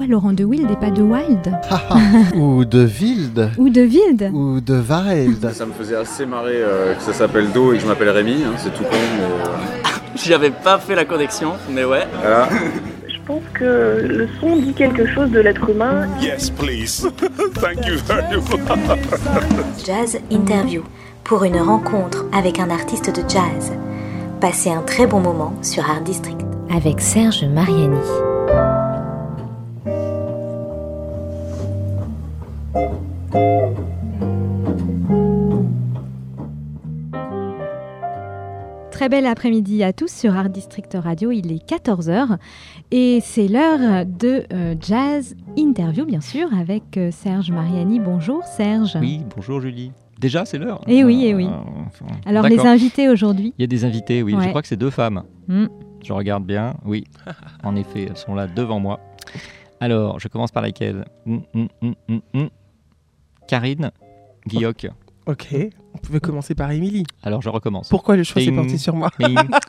Pourquoi Laurent de Wild et pas de Wild? Ou de Wild. Ou de Wild. Ou de Wild. Ça me faisait assez marrer que ça s'appelle Do et que je m'appelle Rémi, c'est tout con, mais... J'avais pas fait la connexion, mais ouais. Voilà. Je pense que le son dit quelque chose de l'être humain. Yes, please. Thank you very much. Jazz Interview, pour une rencontre avec un artiste de jazz. Passez un très bon moment sur Art District avec Serge Mariani. Très bel après-midi à tous sur Art District Radio, il est 14h et c'est l'heure de Jazz Interview bien sûr avec Serge Mariani. Bonjour Serge. Oui, bonjour Julie. Déjà c'est l'heure. Eh oui, eh oui. Alors d'accord. Les invités aujourd'hui. Il y a des invités, oui, ouais. Je crois que c'est 2 femmes. Je regarde bien, oui, en effet, elles sont là devant moi. Alors, je commence par laquelle? Karine Guilloc. Ok, on pouvait commencer par Émilie. Alors je recommence. Pourquoi le choix s'est porté sur moi?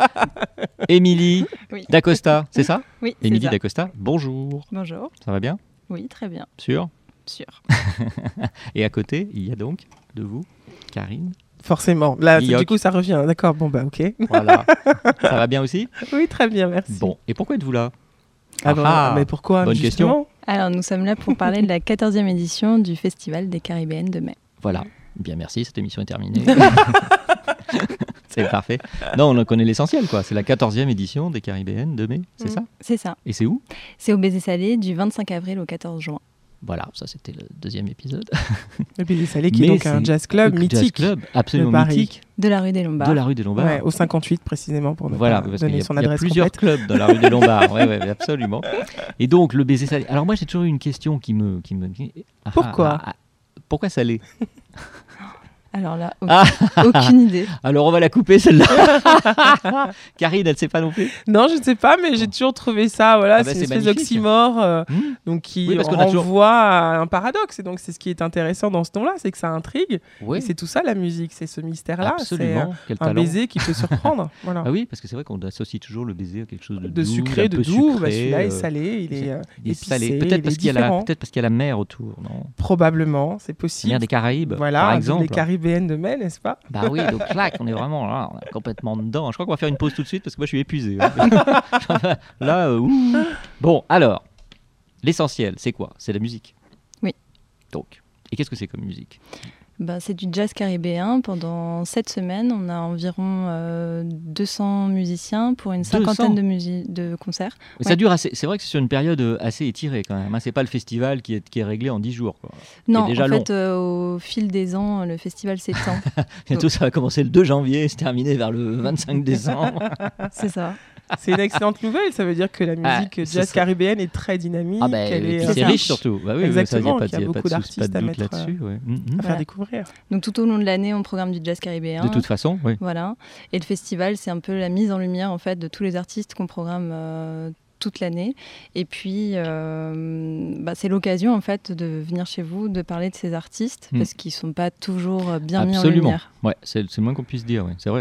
Émilie D'Acosta, c'est ça? Oui, c'est Émilie ça. D'Acosta, bonjour. Bonjour. Ça va bien? Oui, très bien. Sûr? Sûr. Et à côté, il y a donc, de vous, Karine? Forcément. Là, Guilloc. du coup, ça revient. D'accord, bon, bah, ok. Voilà. Ça va bien aussi? Oui, très bien, merci. Bon, et pourquoi êtes-vous là? Mais pourquoi? Bonne justement question. Alors, nous sommes là pour parler de la 14e édition du Festival des Caribéennes de mai. Voilà. Bien, merci, cette émission est terminée. C'est parfait. Non, on connaît l'essentiel, quoi. C'est la 14e édition des Caribéennes de mai, c'est ça? C'est ça. Et c'est où? C'est au Baiser Salé du 25 avril au 14 juin. Voilà, ça c'était le 2e épisode. Le Baiser Salé qui est donc un jazz club mythique. Jazz club, absolument mythique. De la rue des Lombards. De la rue des Lombards. Ouais, au 58 précisément pour ne voilà, pas parce donner son il y a adresse plusieurs complète. clubs dans la rue des Lombards. Ouais, absolument. Et donc le Baiser Salé. Alors moi j'ai toujours eu une question qui me... Pourquoi pourquoi salé? Alors là, aucune idée. Alors on va la couper celle-là. Karine, elle ne sait pas non plus. Non, je ne sais pas, mais j'ai toujours trouvé ça. Voilà, c'est une espèce d'oxymore donc qui renvoie à un paradoxe. Et donc c'est ce qui est intéressant dans ce ton-là, c'est que ça intrigue. Oui. Et c'est tout ça la musique, c'est ce mystère-là. Absolument. C'est un baiser qui peut surprendre. Voilà. Ah oui, parce que c'est vrai qu'on associe toujours le baiser à quelque chose de doux, sucré, de doux. Sucré, celui-là est salé, il est épicé, salé. Peut-être parce qu'il y a la mer autour, non? Probablement, c'est possible. La mer des Caraïbes, voilà, par exemple. Les Caribéennes de mai, n'est-ce pas? Bah oui, donc clac, on est vraiment là, on est complètement dedans. Je crois qu'on va faire une pause tout de suite parce que moi je suis épuisé. Là, Bon, alors, l'essentiel, c'est quoi? C'est la musique. Oui. Donc, et qu'est-ce que c'est comme musique? C'est du jazz caribéen. Pendant 7 semaines, on a environ 200 musiciens pour une cinquantaine de concerts. Mais ça dure assez. C'est vrai que c'est sur une période assez étirée quand même. C'est pas le festival qui est réglé en 10 jours. Quoi. Non, déjà en long. fait, au fil des ans, le festival s'étend. Bientôt, ça va commencer le 2 janvier et se terminer vers le 25 décembre. C'est ça. C'est une excellente nouvelle, ça veut dire que la musique jazz caribéenne est très dynamique. C'est riche surtout. Bah oui, exactement, il y a beaucoup d'artistes à mettre là-dessus, à faire découvrir. Donc tout au long de l'année, on programme du jazz caribéen. De toute façon, oui. Voilà. Et le festival, c'est un peu la mise en lumière en fait de tous les artistes qu'on programme toute l'année. Et puis, c'est l'occasion en fait de venir chez vous, de parler de ces artistes parce qu'ils sont pas toujours bien mis en lumière. Ouais, c'est le moins qu'on puisse dire. Ouais. C'est vrai.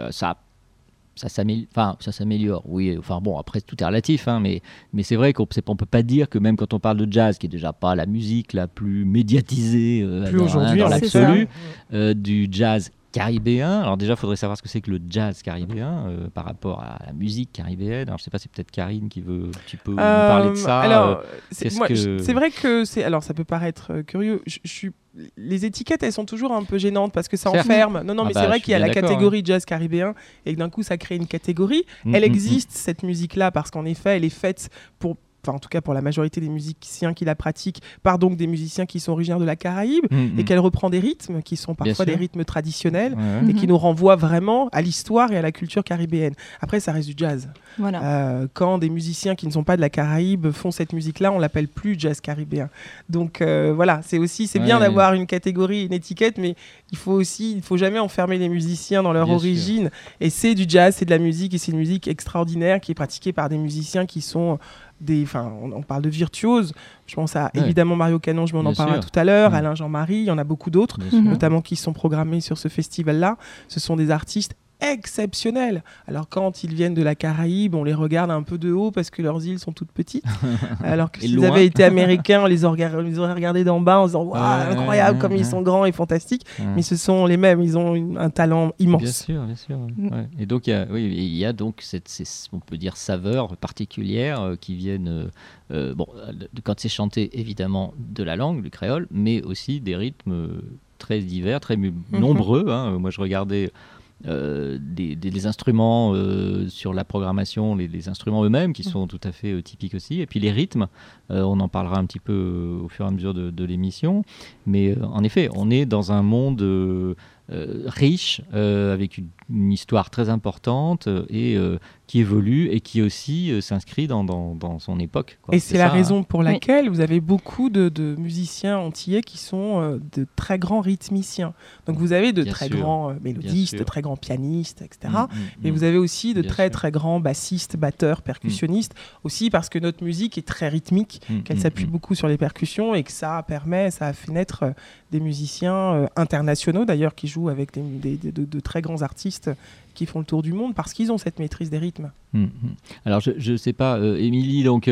Ça s'améliore, oui. Enfin bon, après tout est relatif, hein, mais c'est vrai qu'on ne peut pas dire que même quand on parle de jazz, qui est déjà pas la musique la plus médiatisée dans l'absolu, du jazz caribéen. Alors déjà, il faudrait savoir ce que c'est que le jazz caribéen par rapport à la musique caribéenne. Alors je sais pas, c'est peut-être Karine qui veut un petit peu nous parler de ça. Alors, c'est vrai que alors ça peut paraître curieux. Les étiquettes, elles sont toujours un peu gênantes parce que ça enferme. Non, mais c'est vrai qu'il y a la catégorie jazz caribéen et que d'un coup, ça crée une catégorie. Elle existe, cette musique-là, parce qu'en effet, elle est faite en tout cas pour la majorité des musiciens qui la pratiquent, par donc des musiciens qui sont originaires de la Caraïbe, et qu'elle reprend des rythmes qui sont parfois des rythmes traditionnels et qui nous renvoient vraiment à l'histoire et à la culture caribéenne. Après, ça reste du jazz. Voilà. Quand des musiciens qui ne sont pas de la Caraïbe font cette musique-là, on l'appelle plus jazz caribéen. Donc voilà, c'est bien d'avoir une catégorie, une étiquette, mais il faut jamais enfermer les musiciens dans leur origine. Et c'est du jazz, c'est de la musique, et c'est une musique extraordinaire qui est pratiquée par des musiciens qui sont on parle de virtuoses. Je pense à évidemment Mario Canonge, mais on en parlera tout à l'heure, Alain Jean-Marie, il y en a beaucoup d'autres, notamment qui sont programmés sur ce festival-là. Ce sont des artistes exceptionnels. Alors quand ils viennent de la Caraïbe, on les regarde un peu de haut parce que leurs îles sont toutes petites. Alors que s'ils avaient été américains, on les aurait regardés d'en bas en disant waouh, incroyable comme ils sont grands et fantastiques. Mais ce sont les mêmes, ils ont un talent immense. Bien sûr. Ouais. Et donc il y a donc on peut dire saveurs particulières qui viennent quand c'est chanté évidemment de la langue, du créole, mais aussi des rythmes très divers, très nombreux. Moi je regardais des instruments sur la programmation, les instruments eux-mêmes qui sont tout à fait typiques aussi, et puis les rythmes, on en parlera un petit peu au fur et à mesure de l'émission, mais en effet on est dans un monde riche, avec une histoire très importante et qui évolue et qui aussi s'inscrit dans son époque, quoi. Et c'est la raison pour laquelle vous avez beaucoup de musiciens antillais qui sont de très grands rythmiciens. Donc vous avez de très grands mélodistes, de très grands pianistes, etc. Mais vous avez aussi de très grands bassistes, batteurs, percussionnistes, aussi parce que notre musique est très rythmique, qu'elle s'appuie beaucoup sur les percussions et que ça a fait naître des musiciens internationaux d'ailleurs qui jouent avec de très grands artistes qui font le tour du monde parce qu'ils ont cette maîtrise des rythmes. Alors je ne sais pas, Émilie, donc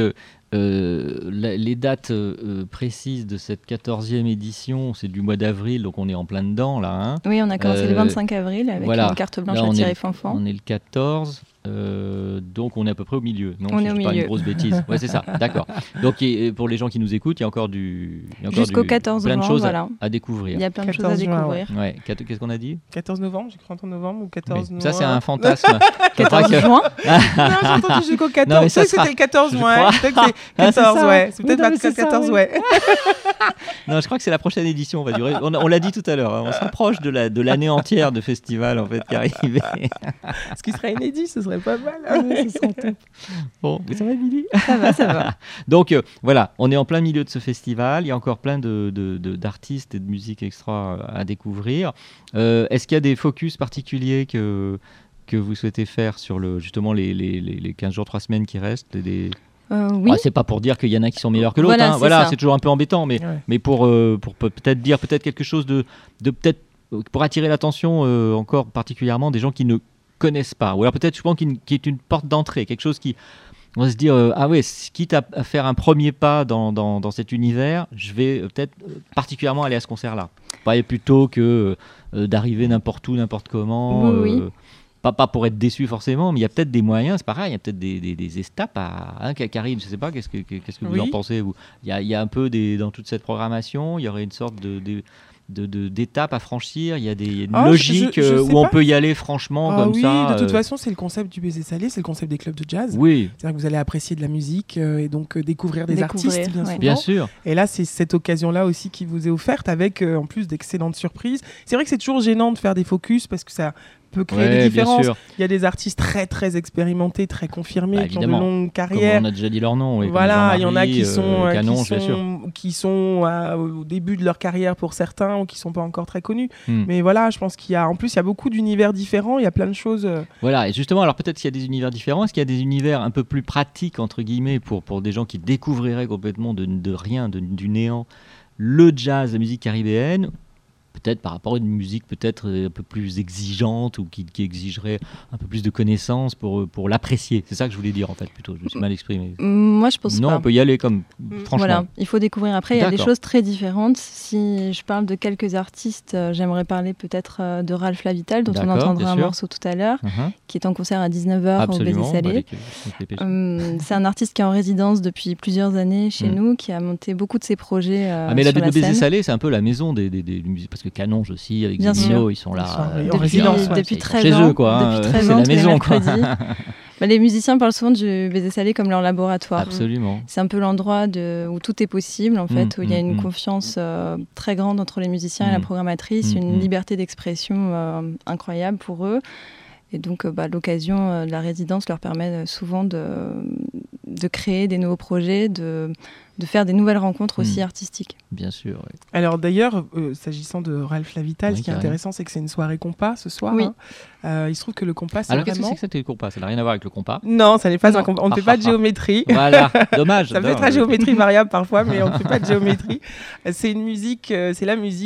les dates précises de cette 14e édition, c'est du mois d'avril, donc on est en plein dedans là. Hein. Oui, on a commencé le 25 avril avec une carte blanche à Thierry Fanfan. On est le 14, donc on est à peu près au milieu. Non, on est au milieu. Pas une grosse bêtise. Ouais, c'est ça, d'accord. Donc pour les gens qui nous écoutent, il y a encore jusqu'au 14 plein de novembre, choses à découvrir. Il y a plein de choses à découvrir. Ouais. Qu'est-ce qu'on a dit ? 14 novembre, j'ai cru entendre novembre ou 14 novembre. Ça, c'est un fantasme. 14 juin. Non, j'ai entendu jusqu'au 14. Peut-être que c'était le 14 juin. Peut-être que c'est 14, ouais. C'est peut-être pas 14, ouais. Non, je crois que c'est la prochaine édition. On va durer. On l'a dit tout à l'heure. On s'approche de l'année entière de festival en fait qui arrive. Ce qui serait inédit, ce serait pas mal. Ce serait top. Bon, mais ça va, Billy ? Ça va. Donc voilà, on est en plein milieu de ce festival. Il y a encore plein d'artistes et de musique extra à découvrir. Est-ce qu'il y a des focus particuliers que vous souhaitez faire sur justement les 15 jours, 3 semaines qui restent oui. C'est pas pour dire qu'il y en a qui sont meilleurs que l'autre. Voilà, c'est toujours un peu embêtant, mais pour peut-être dire quelque chose de peut-être pour attirer l'attention encore particulièrement des gens qui ne connaissent pas. Ou alors peut-être, je pense, qui est une porte d'entrée, quelque chose qui... On va se dire, quitte à faire un premier pas dans cet univers, je vais peut-être particulièrement aller à ce concert-là. Pas plutôt que d'arriver n'importe où, n'importe comment. Oui. Pas pour être déçu forcément, mais il y a peut-être des moyens, c'est pareil, il y a peut-être des étapes Karine, je ne sais pas, qu'est-ce que vous en pensez, vous ? Il y a un peu dans toute cette programmation, il y aurait une sorte d'étapes à franchir, il y a une logique où on peut y aller franchement comme ça. Oui, de toute façon, c'est le concept du Baiser Salé, c'est le concept des clubs de jazz. Oui. C'est-à-dire que vous allez apprécier de la musique et donc découvrir des artistes, bien souvent. Bien sûr. Et là, c'est cette occasion-là aussi qui vous est offerte avec, en plus, d'excellentes surprises. C'est vrai que c'est toujours gênant de faire des focus parce que ça peut créer des différences. Il y a des artistes très très expérimentés, très confirmés, qui ont de longues carrières. Comme on a déjà dit leur nom. Voilà, il y en a qui sont au début de leur carrière pour certains ou qui sont pas encore très connus. Mais voilà, je pense qu'il y a beaucoup d'univers différents. Il y a plein de choses. Voilà, et justement, alors peut-être qu'il y a des univers différents. Est-ce qu'il y a des univers un peu plus pratiques entre guillemets pour des gens qui découvriraient complètement de rien, du néant, le jazz, la musique caribéenne? Peut-être par rapport à une musique peut-être un peu plus exigeante ou qui exigerait un peu plus de connaissances pour l'apprécier. C'est ça que je voulais dire en fait plutôt. Je me suis mal exprimé. Moi je pense pas. Non, on peut y aller comme franchement. Voilà, il faut découvrir. Après, il y a des choses très différentes. Si je parle de quelques artistes, j'aimerais parler peut-être de Ralph Lavital, dont on entendra un morceau tout à l'heure, qui est en concert à 19h au Baiser Salé. C'est un artiste qui est en résidence depuis plusieurs années chez nous, qui a monté beaucoup de ses projets mais sur la le Baiser scène. Salé, c'est un peu la maison des musiques, parce que Canonge aussi, avec Zino, ils sont là depuis 13 ans, eux, quoi, c'est la maison, quoi. Les musiciens parlent souvent du Baiser Salé comme leur laboratoire. Absolument. C'est un peu l'endroit où tout est possible, en fait, où il y a une confiance très grande entre les musiciens et la programmatrice, une liberté d'expression incroyable pour eux. Et donc, l'occasion de la résidence leur permet souvent de créer des nouveaux projets, de faire des nouvelles rencontres aussi artistiques. Bien sûr, oui. Alors d'ailleurs, s'agissant de Ralph Lavital, ce qui est intéressant, c'est que c'est une soirée compas ce soir. Oui. Il se trouve que le compas, c'est alors qu'est-ce que c'est que c'était le compas ? Ça n'a rien à voir avec le compas ? Non, ça n'est pas un compas. On ne fait pas de géométrie. Voilà, dommage. Ça peut être la géométrie variable parfois, mais on ne fait pas de géométrie. C'est une musique, c'est la musique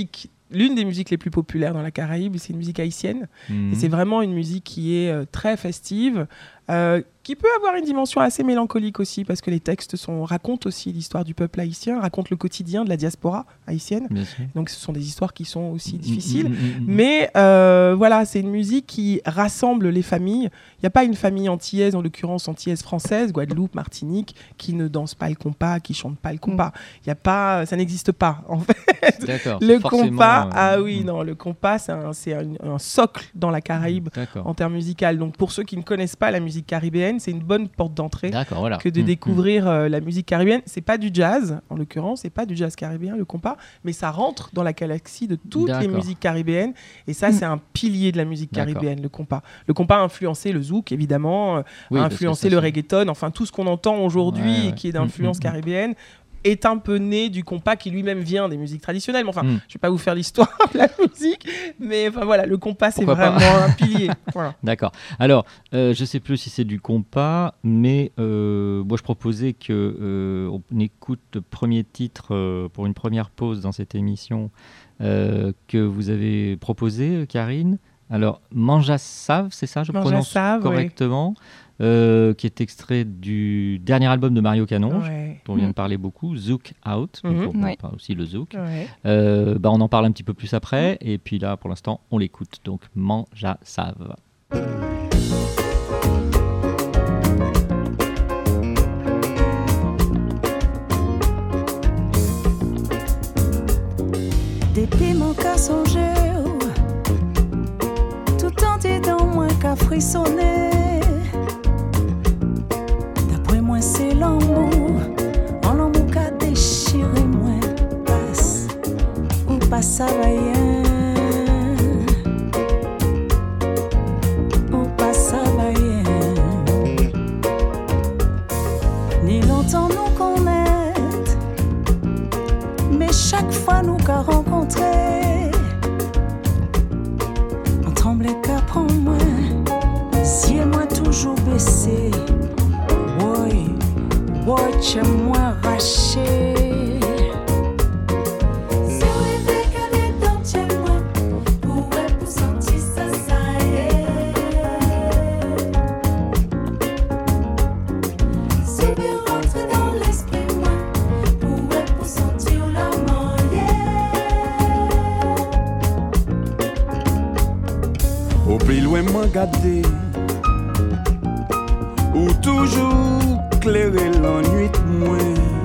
l'une des musiques les plus populaires dans la Caraïbe, c'est une musique haïtienne. Et c'est vraiment une musique qui est très festive, qui peut avoir une dimension assez mélancolique aussi, parce que les textes racontent aussi l'histoire du peuple haïtien, racontent le quotidien de la diaspora haïtienne. Donc ce sont des histoires qui sont aussi difficiles. Mais voilà, c'est une musique qui rassemble les familles. Il n'y a pas une famille antillaise, en l'occurrence antillaise française, Guadeloupe, Martinique, qui ne danse pas le compas, qui chante pas le compas. Il y a pas, ça n'existe pas en fait. D'accord. Le compas, non, le compas, c'est un socle dans la Caraïbe en termes musicaux. Donc pour ceux qui ne connaissent pas la musique caribéenne, c'est une bonne porte d'entrée que de découvrir la musique caribéenne. C'est pas du jazz, en l'occurrence, c'est pas du jazz caribéen, le compas, mais ça rentre dans la galaxie de toutes les musiques caribéennes. Et ça, c'est un pilier de la musique caribéenne, le compas. Le compas a influencé le zouk, évidemment, a influencé le reggaeton, enfin tout ce qu'on entend aujourd'hui qui est d'influence caribéenne est un peu né du compas qui lui-même vient des musiques traditionnelles. Mais enfin, je ne vais pas vous faire l'histoire de la musique, mais enfin voilà, le compas, c'est vraiment un pilier. Voilà. D'accord. Alors, je ne sais plus si c'est du compas, mais moi, je proposais qu'on écoute le premier titre pour une première pause dans cette émission que vous avez proposé, Karine. Alors, Manja Save, c'est ça, je prononce correctement, qui est extrait du dernier album de Mario Canon, dont on vient de parler beaucoup, Zouk Out, on parle aussi le Zouk. On en parle un petit peu plus après, et puis là, pour l'instant, on l'écoute. Donc, Manja Save. Depuis mon cas songé, tout entier dans moi qu'a frissonné. D'après moi c'est l'amour, en l'amour qu'a déchiré moi. Passe ou pas ça va rien, ou pas ça va rien. Ni longtemps nous connaître, mais chaque fois nous qu'a rencontré. Prends-moi, si moi toujours baissé, watch-moi racher. Si on était calé dans chez moi, pour sentir ça, ça y est. Si on rentre dans l'esprit, moi, pour sentir la Au plus loin m'a gardé, ou toujours clairer l'ennui de moi.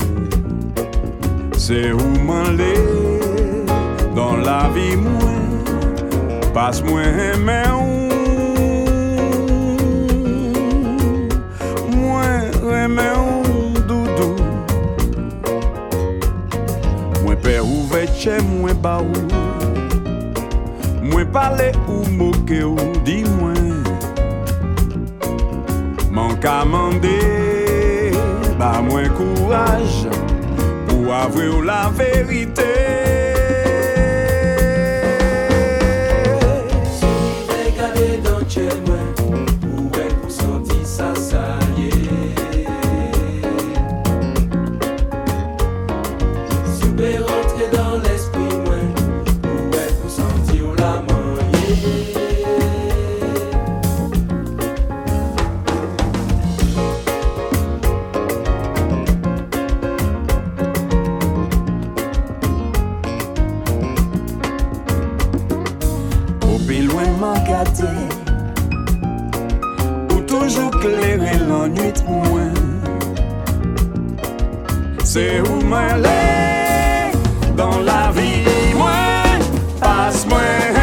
C'est où m'aller dans la vie moi, passe-moi mais moi remets doudou. Moi père ouvert chez moi baou. Moi parler ou moquer ou dis-moi. Mon commandé, bah moins courage pour avouer la vérité. Si vous regardez dans chez moi, pour sentir ça, ça y est. Si vous rentrez dans l'esprit, moi, pour sentir la ou toujours clairer l'ennui de moi. C'est où m'aller dans la vie, moi, passe-moi.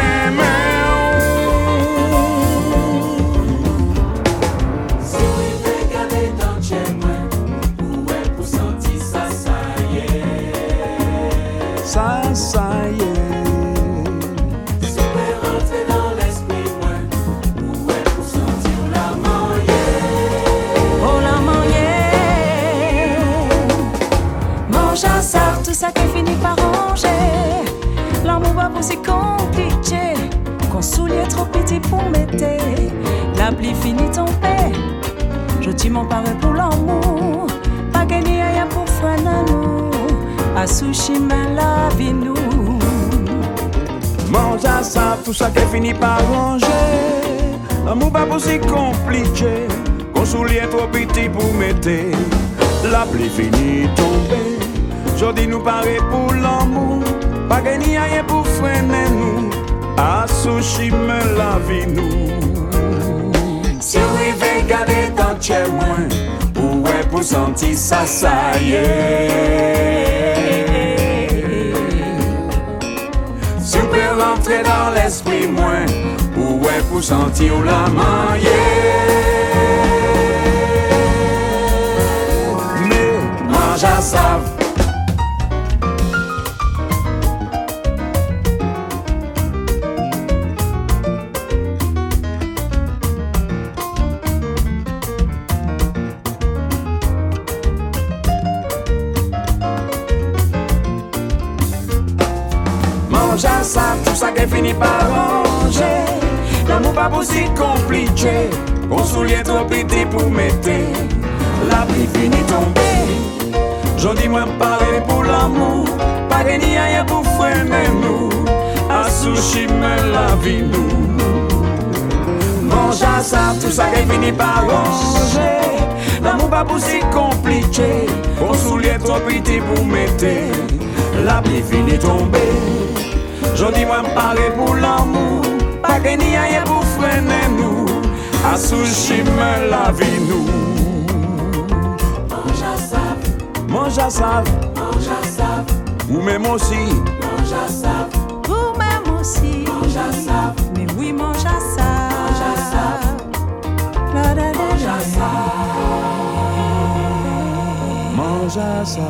Ça qui finit par ranger. L'amour va vous si compliqué qu'on soulier trop petit pour mettre. La pluie finit tombée. Je dis mon paré pour l'amour. Pas gagné rien pour freiner nous. À sushi mais la vie nous. Mange à ça, tout ça qui finit par ranger. L'amour pas aussi compliqué. Qu'on soulier trop petit pour mettre. La pluie finit tomber. Jodi nous paraît pour l'amour. Pas gagner rien pour freiner nous. À sushi me la vie nous. Si on rêve garder dans chez moi. Pour sentir ça, ça y est. Si on peut rentrer dans l'esprit moins, pour sentir la main, mais mange à ça. Mange à ça, tout ça qui finit par ranger. L'amour pas aussi compliqué. On soulier trop petit pour mettre. La pluie finit tomber. J'en dis moi parler pour l'amour. Pas gagner rien pour freiner nous. À sushi me la vie nous. Mange à ça, tout ça qui finit par ranger. L'amour pas aussi compliqué. On soulier trop petit pour mettre. La pluie finit tomber. J'en dis moi parler pour l'amour. Pas gagner rien pour freiner nous. À sushi me la vie nous. Mange à ça. Mange à ça. Mange à ça. Ou même aussi. Mange à ça. Ou même aussi. Mange à ça. Mais oui, mange à ça. Mange à ça. Mange à ça. Mange à ça.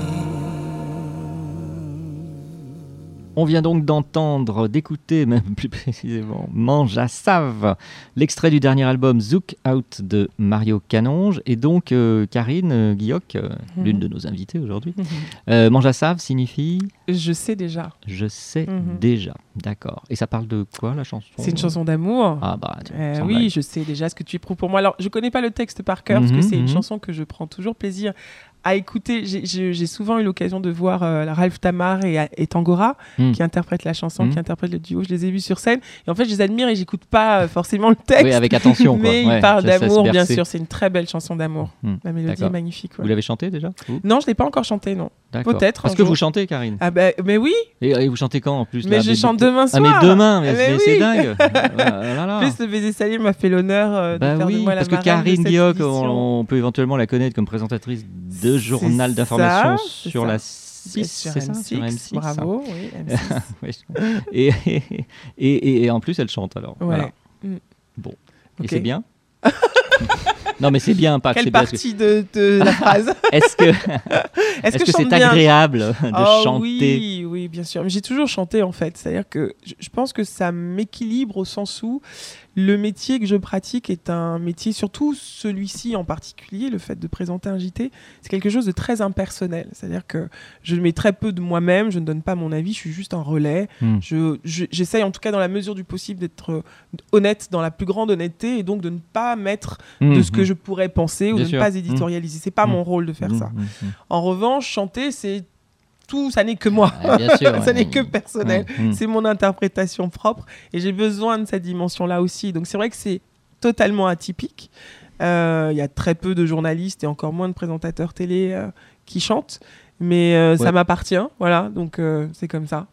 On vient donc d'écouter même plus précisément Mange à Save, l'extrait du dernier album Zouk Out de Mario Canonge. Et donc Karine Guilloc, l'une de nos invitées aujourd'hui, Mange à Save signifie Je sais déjà. Je sais déjà, d'accord. Et ça parle de quoi la chanson? C'est une chanson d'amour. Ah bah oui, je sais déjà ce que tu éprouves pour moi. Alors je connais pas le texte par cœur parce que c'est une chanson que je prends toujours plaisir à écouter. J'ai souvent eu l'occasion de voir Ralph Tamar et Tangora qui interprètent la chanson, qui interprètent le duo. Je les ai vus sur scène et en fait je les admire et j'écoute pas forcément le texte. Oui, avec attention. Mais ils parlent d'amour, bien sûr. C'est une très belle chanson d'amour. La mélodie est magnifique. Vous l'avez chantée déjà? Non, je l'ai pas encore chantée, non. Peut-être. Parce que vous chantez, Karine? Ah bah, mais oui. Et vous chantez quand en plus? Mais je chante demain soir. Ah mais demain, mais c'est oui. dingue. En plus, le Baiser Salé m'a fait l'honneur de faire de moi la marraine. Parce que Karine Guilloc, on peut éventuellement la connaître comme présentatrice de journal d'information sur la 6, c'est ça, sur M6. Bravo, oui, M6. et en plus, elle chante alors. Ouais. Voilà. Bon, et c'est bien. Non, mais c'est bien, pas que Quelle c'est bien. partie de la phrase? Est-ce que c'est agréable de chanter? Oui, bien sûr. Mais j'ai toujours chanté en fait. C'est-à-dire que je pense que ça m'équilibre au sens où le métier que je pratique est un métier, surtout celui-ci en particulier, le fait de présenter un JT, c'est quelque chose de très impersonnel. C'est-à-dire que je mets très peu de moi-même, je ne donne pas mon avis, je suis juste un relais. J'essaye en tout cas dans la mesure du possible d'être honnête, dans la plus grande honnêteté, et donc de ne pas mettre de ce que je pourrais penser ou de ne pas éditorialiser. C'est pas mon rôle de faire ça. En revanche, chanter, c'est tout, ça n'est que moi, ça n'est que personnel, c'est mon interprétation propre et j'ai besoin de cette dimension-là aussi. Donc c'est vrai que c'est totalement atypique. Il y a très peu de journalistes et encore moins de présentateurs télé qui chantent, mais ça m'appartient, voilà, donc c'est comme ça.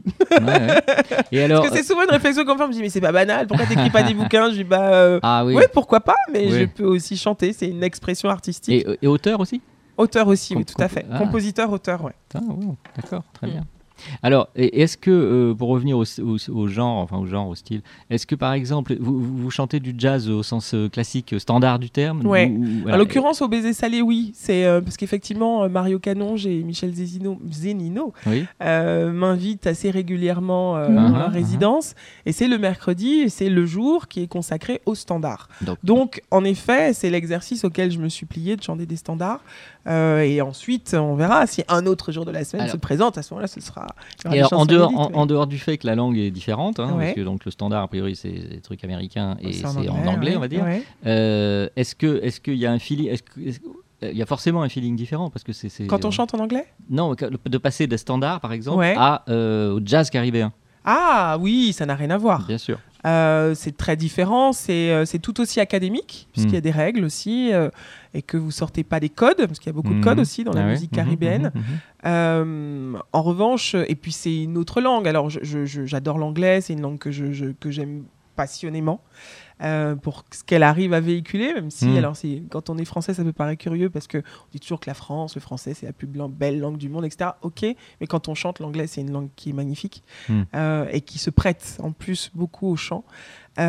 Et alors, parce que c'est souvent une réflexion qu'on fait, on me dit mais c'est pas banal, pourquoi t'écris pas des bouquins? Je dis ouais, pourquoi pas, mais je peux aussi chanter, c'est une expression artistique. Et auteur aussi? Auteur aussi, oui, tout à fait. Compositeur, auteur, ouais. D'accord, très bien. Alors, est-ce que, pour revenir au genre, au style, est-ce que par exemple, vous chantez du jazz au sens classique, standard du terme? Ouais. En l'occurrence, au Baiser Salé, oui. C'est parce qu'effectivement, Mario Canonge et Michel Zénino m'invitent assez régulièrement en résidence. Et c'est le mercredi et c'est le jour qui est consacré au standard. Donc, en effet, c'est l'exercice auquel je me suis pliée de chanter des standards. Et ensuite, on verra si un autre jour de la semaine se présente. À ce moment-là, ce sera. Et alors, en dehors du fait que la langue est différente, parce que donc le standard a priori c'est des trucs américains et c'est en anglais, on va dire. Est-ce qu'il y a un feeling? Il y a forcément un feeling différent parce que c'est quand on chante en anglais? Non, de passer des standards par exemple au jazz caribéen. Ah oui, ça n'a rien à voir. Bien sûr. C'est très différent, c'est tout aussi académique, puisqu'il y a des règles aussi, et que vous ne sortez pas des codes, parce qu'il y a beaucoup de codes aussi dans la musique caribéenne. En revanche, et puis c'est une autre langue, alors j'adore l'anglais, c'est une langue que j'aime passionnément. Pour ce qu'elle arrive à véhiculer, même si alors quand on est français ça peut paraître curieux parce qu'on dit toujours que la France, le français c'est la plus belle langue du monde, etc. Ok, mais quand on chante, l'anglais c'est une langue qui est magnifique et qui se prête en plus beaucoup au chant. Et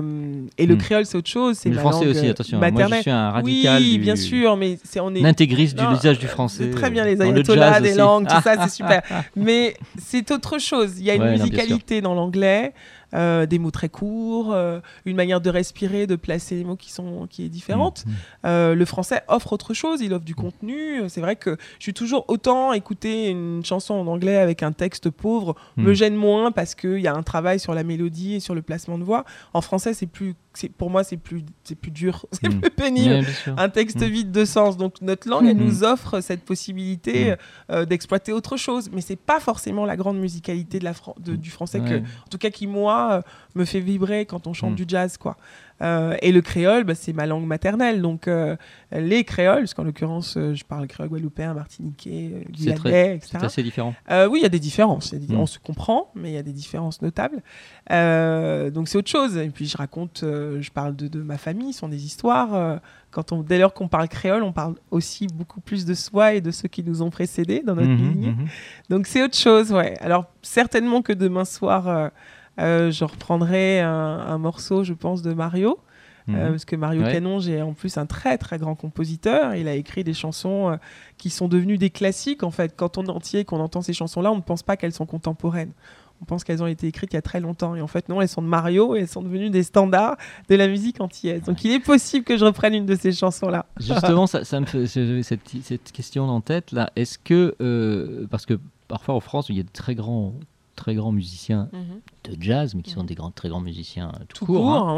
le créole c'est autre chose, c'est le français aussi, attention, maternelle. Moi je suis un radical bien sûr, mais on est l'intégriste de l'usage du français. Très bien, les ayatollahs des langues, tout ça c'est super. Mais c'est autre chose, il y a une musicalité dans l'anglais. Des mots très courts, une manière de respirer, de placer les mots qui est différente. Le français offre autre chose, il offre du contenu. C'est vrai que je suis toujours autant écouter une chanson en anglais avec un texte pauvre me gêne moins parce qu'il y a un travail sur la mélodie et sur le placement de voix. En français, pour moi, c'est plus dur, c'est plus pénible. Un texte vide de sens. Donc notre langue, elle nous offre cette possibilité d'exploiter autre chose. Mais c'est pas forcément la grande musicalité du français en tout cas qui moi me fait vibrer quand on chante du jazz, quoi. Et le créole, c'est ma langue maternelle, donc les créoles, parce qu'en l'occurrence je parle créole guadeloupéen, martiniquais, guyanais, etc. C'est assez différent. Oui, il y a des différences, on se comprend, mais il y a des différences notables. Donc c'est autre chose. Et puis je parle de ma famille, ce sont des histoires. Dès lors qu'on parle créole, on parle aussi beaucoup plus de soi et de ceux qui nous ont précédés dans notre lignée. Donc c'est autre chose, ouais. Alors certainement que demain soir je reprendrai un morceau, je pense, de Mario, parce que Mario Canonge est en plus un très très grand compositeur. Il a écrit des chansons qui sont devenues des classiques. En fait, quand on est entier, qu'on entend ces chansons-là, on ne pense pas qu'elles sont contemporaines. On pense qu'elles ont été écrites il y a très longtemps. Et en fait, non, elles sont de Mario et elles sont devenues des standards de la musique antillaise. Donc il est possible que je reprenne une de ces chansons-là. Justement, ça me fait cette question en tête là. Est-ce que, parce que parfois en France, il y a de très grands musiciens de jazz, mais qui sont des très grands musiciens tout court,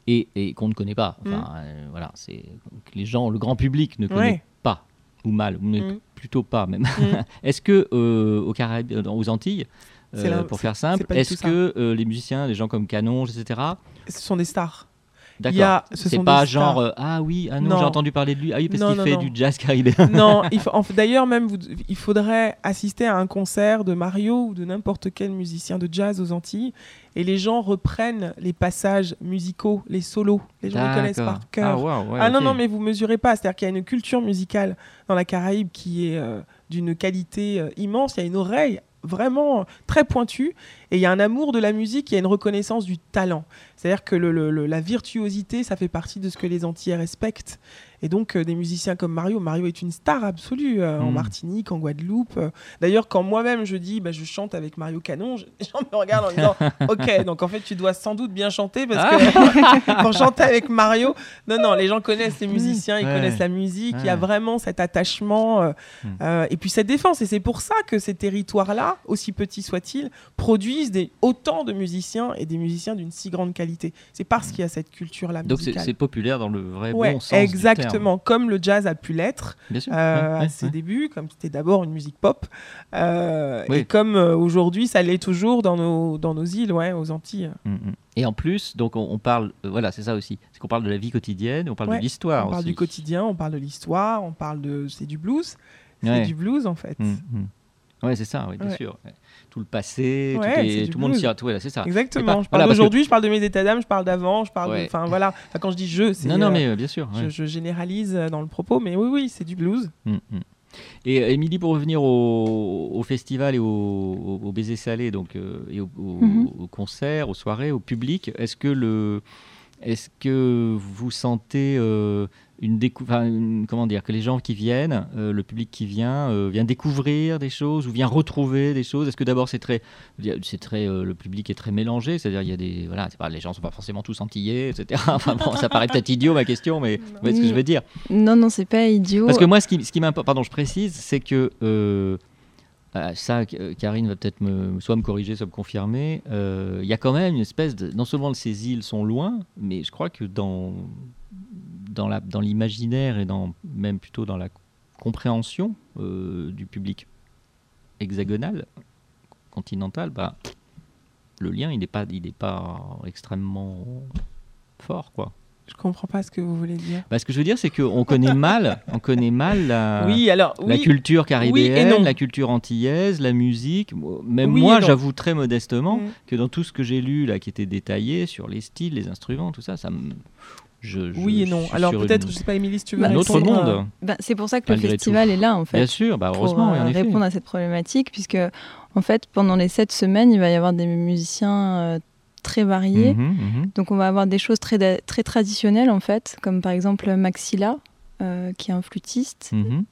et qu'on ne connaît pas. Enfin, voilà, c'est que le grand public ne connaît pas, ou mal, ou plutôt pas même. Est-ce que aux Caraïbes, aux Antilles, pour faire simple, est-ce que les musiciens, les gens comme Canonge, etc., ce sont des stars? D'accord. C'est pas genre non, j'ai entendu parler de lui. Ah oui, parce qu'il fait du jazz caribéen. Non, d'ailleurs même il faudrait assister à un concert de Mario ou de n'importe quel musicien de jazz aux Antilles et les gens reprennent les passages musicaux, les solos. Les gens les connaissent par cœur. Non, mais vous mesurez pas. C'est-à-dire qu'il y a une culture musicale dans la Caraïbe qui est d'une qualité immense. Il y a une oreille vraiment très pointue et il y a un amour de la musique, il y a une reconnaissance du talent. C'est-à-dire que la virtuosité, ça fait partie de ce que les Antillais respectent. Et donc, des musiciens comme Mario est une star absolue en Martinique, en Guadeloupe. D'ailleurs, quand moi-même je dis je chante avec Mario Canonge, les gens me regardent en disant ok, donc en fait tu dois sans doute bien chanter parce que pour chanter avec Mario, non, les gens connaissent les musiciens, ils connaissent la musique, il y a vraiment cet attachement et puis cette défense. Et c'est pour ça que ces territoires-là, aussi petits soient-ils, produisent autant de musiciens et des musiciens d'une si grande qualité. C'est parce qu'il y a cette culture-là musicale. Donc c'est populaire dans le vrai bon sens. Exactement, comme le jazz a pu l'être à ses débuts, comme c'était d'abord une musique pop, et comme aujourd'hui ça l'est toujours dans nos îles, aux Antilles. Et en plus, donc on parle, c'est ça aussi, c'est qu'on parle de la vie quotidienne, on parle de l'histoire aussi. On parle du quotidien, on parle de l'histoire, on parle c'est du blues, c'est du blues en fait. Ouais, c'est ça, bien sûr. Tout le passé, tout le monde s'y retrouve, c'est ça. Exactement. Je parle d'aujourd'hui, je parle de mes états d'âme, je parle d'avant, je parle voilà. Enfin, quand je dis c'est non, mais bien sûr. Je généralise dans le propos, mais oui, c'est du blues. Et Émilie, pour revenir au festival et au baiser salé, donc et au concert, aux soirées, au public, est-ce que vous sentez que les gens qui viennent, le public qui vient découvrir des choses ou vient retrouver des choses? Est-ce que d'abord le public est très mélangé, c'est-à-dire il y a les gens sont pas forcément tous antillais, etc. Enfin bon, ça paraît peut-être idiot ma question, mais vous voyez ce que je veux dire? Non, c'est pas idiot. Parce que moi, ce qui m'importe, pardon, je précise, c'est que ça, Karine va peut-être soit me corriger, soit me confirmer. Il y a quand même une espèce de... Non seulement ces îles sont loin, mais je crois que dans l'imaginaire et même plutôt dans la compréhension du public hexagonal, continental, le lien, il n'est pas extrêmement fort, quoi. Je comprends pas ce que vous voulez dire. Ce que je veux dire, c'est qu'on connaît mal la culture caribéenne, oui et non. la culture antillaise, la musique. Même moi, j'avoue très modestement que dans tout ce que j'ai lu, là, qui était détaillé sur les styles, les instruments, tout ça, ça me... oui et non. Alors peut-être, je sais pas, Émilie, si tu veux un autre monde. C'est pour ça que le festival est là, en fait. Bien sûr, heureusement, pour répondre à cette problématique, puisque en fait, pendant les 7 semaines, il va y avoir des musiciens très variés. Donc on va avoir des choses très traditionnelles, en fait, comme par exemple Maxilla, qui est un flûtiste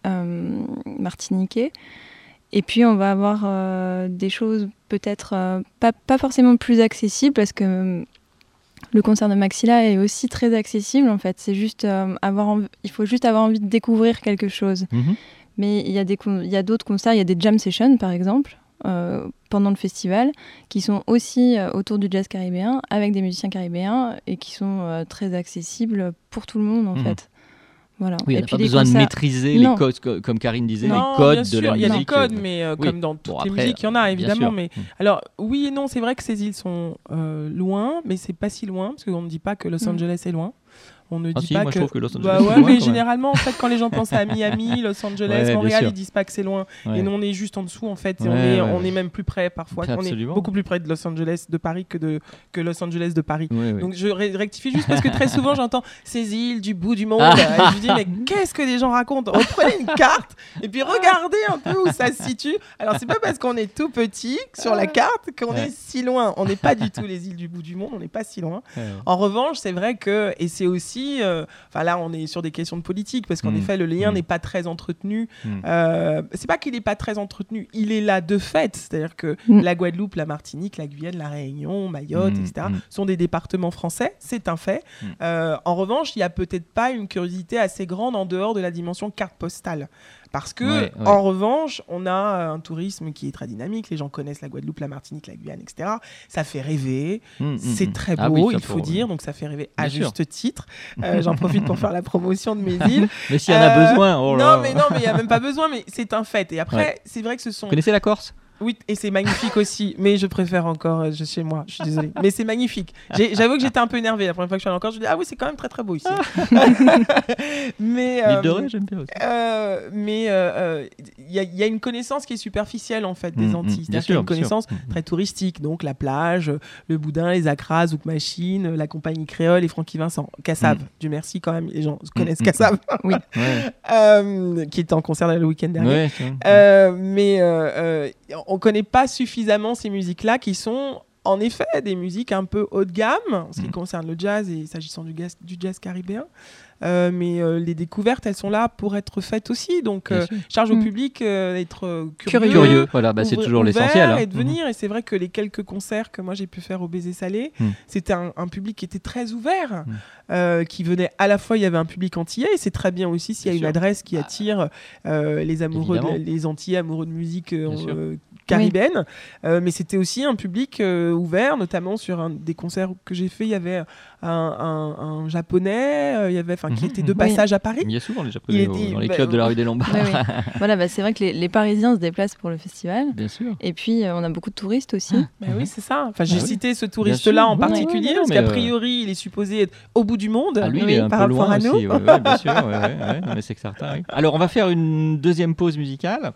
martiniquais. Et puis on va avoir des choses peut-être pas forcément plus accessibles, parce que le concert de Maxilla est aussi très accessible, en fait. C'est juste il faut juste avoir envie de découvrir quelque chose. Mais il y a d'autres concerts, il y a des jam sessions par exemple pendant le festival qui sont aussi autour du jazz caribéen avec des musiciens caribéens et qui sont très accessibles pour tout le monde, en fait. Voilà. Oui, on n'a pas besoin de maîtriser les codes, comme Karine disait, les codes de la musique. Il y a des codes, mais comme dans toutes les musiques, il y en a évidemment. Mais alors, oui et non, c'est vrai que ces îles sont loin, mais c'est pas si loin, parce qu'on ne dit pas que Los Angeles est loin. On ne dit pas moi que. Je trouve que Los Angeles est loin, mais généralement, en fait, quand les gens pensent à Miami, Los Angeles, Montréal, ils disent pas que c'est loin. Et nous, on est juste en dessous, en fait. Et on est même plus près parfois. On est beaucoup plus près de Los Angeles de Paris que Los Angeles de Paris. Donc je rectifie juste parce que très souvent, j'entends ces îles du bout du monde. Et je dis, mais qu'est-ce que les gens racontent ? Reprenez une carte et puis regardez un peu où ça se situe. Alors, c'est pas parce qu'on est tout petit sur la carte qu'on est si loin. On n'est pas du tout les îles du bout du monde. On n'est pas si loin. En revanche, c'est vrai que, et c'est aussi là on est sur des questions de politique parce qu'en effet le lien n'est pas très entretenu. C'est pas qu'il n'est pas très entretenu, il est là de fait, c'est-à-dire que la Guadeloupe, la Martinique, la Guyane, la Réunion, Mayotte, etc. sont des départements français, c'est un fait. En revanche, il n'y a peut-être pas une curiosité assez grande en dehors de la dimension carte postale. Parce que, en revanche, on a un tourisme qui est très dynamique. Les gens connaissent la Guadeloupe, la Martinique, la Guyane, etc. Ça fait rêver. C'est très beau, il faut dire. Donc, ça fait rêver à juste titre. J'en profite pour faire la promotion de mes îles. Mais s'il y en a besoin. Non, mais il n'y a même pas besoin. Mais c'est un fait. Et après, c'est vrai que ce sont... Vous connaissez la Corse ? Oui, et c'est magnifique aussi, mais je préfère encore chez moi, je suis désolée. Mais c'est magnifique. J'avoue que j'étais un peu énervée la première fois que je suis allée en Corse, je me dis ah oui, c'est quand même très très beau ici. Mais l'île de Ré, j'aime bien aussi. Mais il y a une connaissance qui est superficielle en fait des Antilles, c'est-à-dire qu'il y a une connaissance très touristique, donc la plage, le boudin, les acras, Zouk Machine, la compagnie créole et Francky Vincent, Cassave. Dieu merci quand même, les gens connaissent Cassave, qui était en concert le week-end dernier. Mais on ne connaît pas suffisamment ces musiques-là qui sont en effet des musiques un peu haut de gamme en ce qui concerne le jazz et s'agissant du jazz caribéen. Mais les découvertes, elles sont là pour être faites aussi. Donc, charge au public d'être curieux. Voilà, c'est toujours l'essentiel. Et de venir. Et c'est vrai que les quelques concerts que moi j'ai pu faire au Baiser Salé, c'était un public qui était très ouvert, qui venait à la fois, il y avait un public antillais, et c'est très bien aussi s'il y a une adresse qui attire les amoureux, les Antillais amoureux de musique caribéenne. Mais c'était aussi un public ouvert, notamment sur des concerts que j'ai fait. Il y avait un japonais, il y avait qui était de passage à Paris. Il y a souvent les japonais dans les clubs de la rue des Lombards. Voilà, c'est vrai que les Parisiens se déplacent pour le festival. Bien sûr. Et puis on a beaucoup de touristes aussi. Oui, c'est ça. J'ai cité ce touriste-là en particulier parce qu'a priori, il est supposé être au bout du monde. Lui, il est un peu loin aussi. Bien sûr. Non, mais c'est que certain. Alors, on va faire une deuxième pause musicale.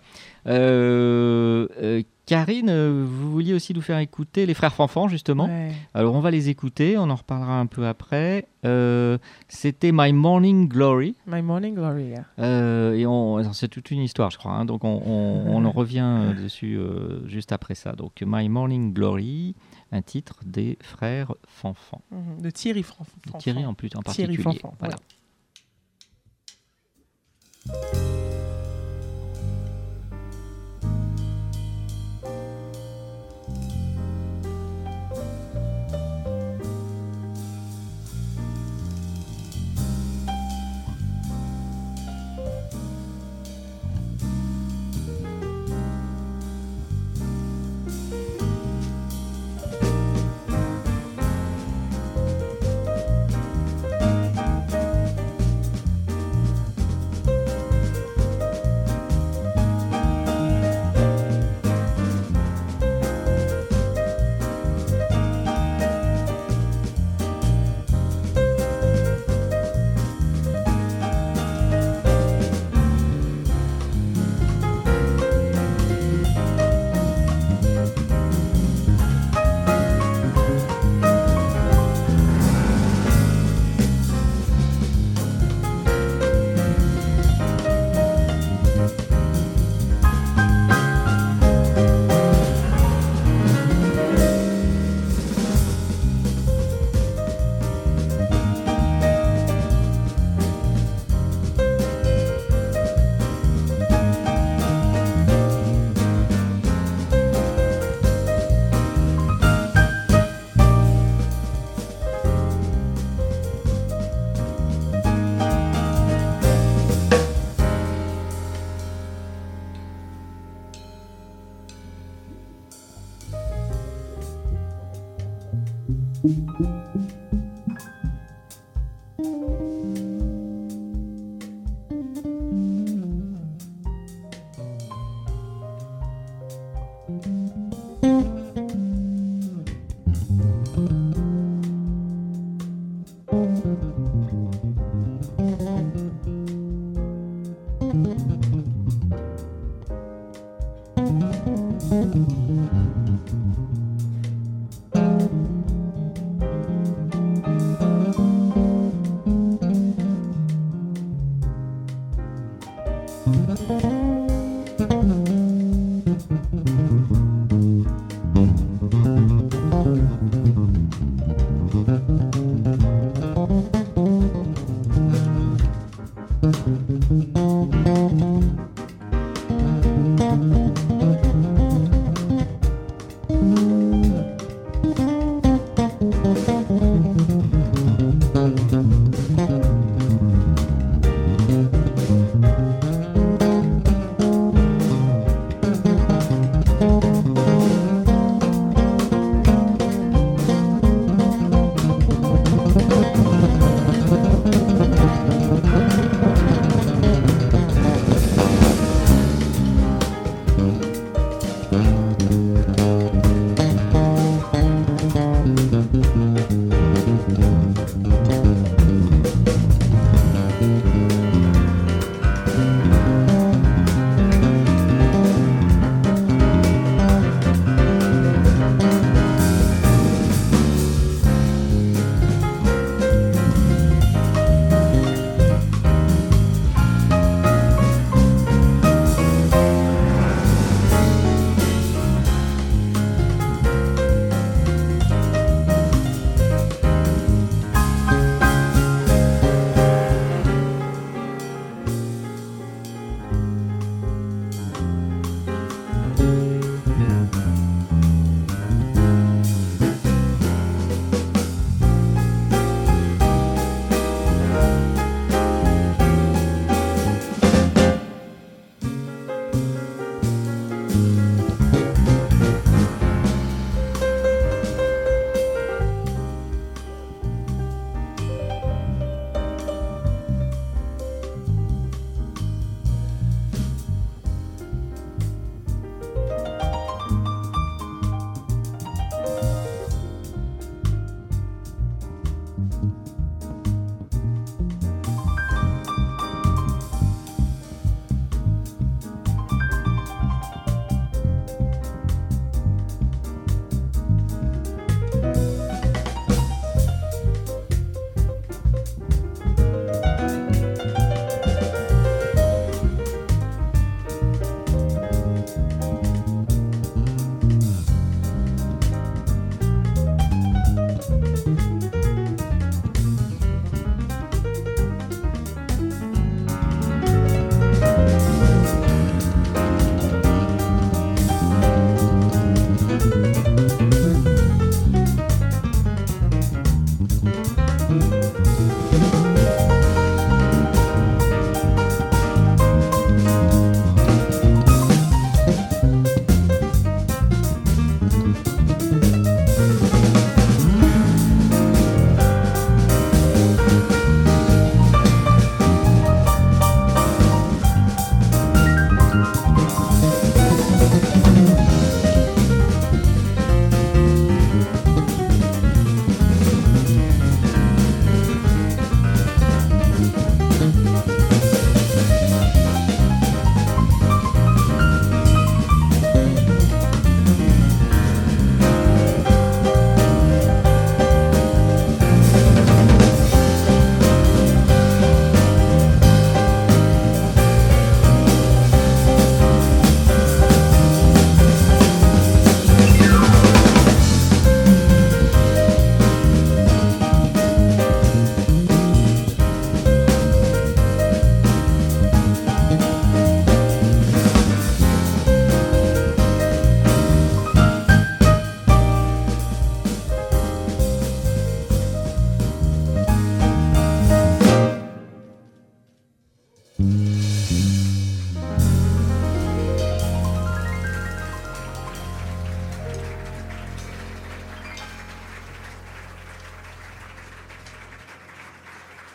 Karine, vous vouliez aussi nous faire écouter les Frères Fanfan, justement. Alors, on va les écouter, on en reparlera un peu après. C'était My Morning Glory. My Morning Glory, yeah. Et c'est toute une histoire, je crois. Donc, on en revient dessus juste après ça. Donc, My Morning Glory, un titre des Frères Fanfan. De Thierry Fanfan. Thierry en particulier. Thierry Fanfan, voilà.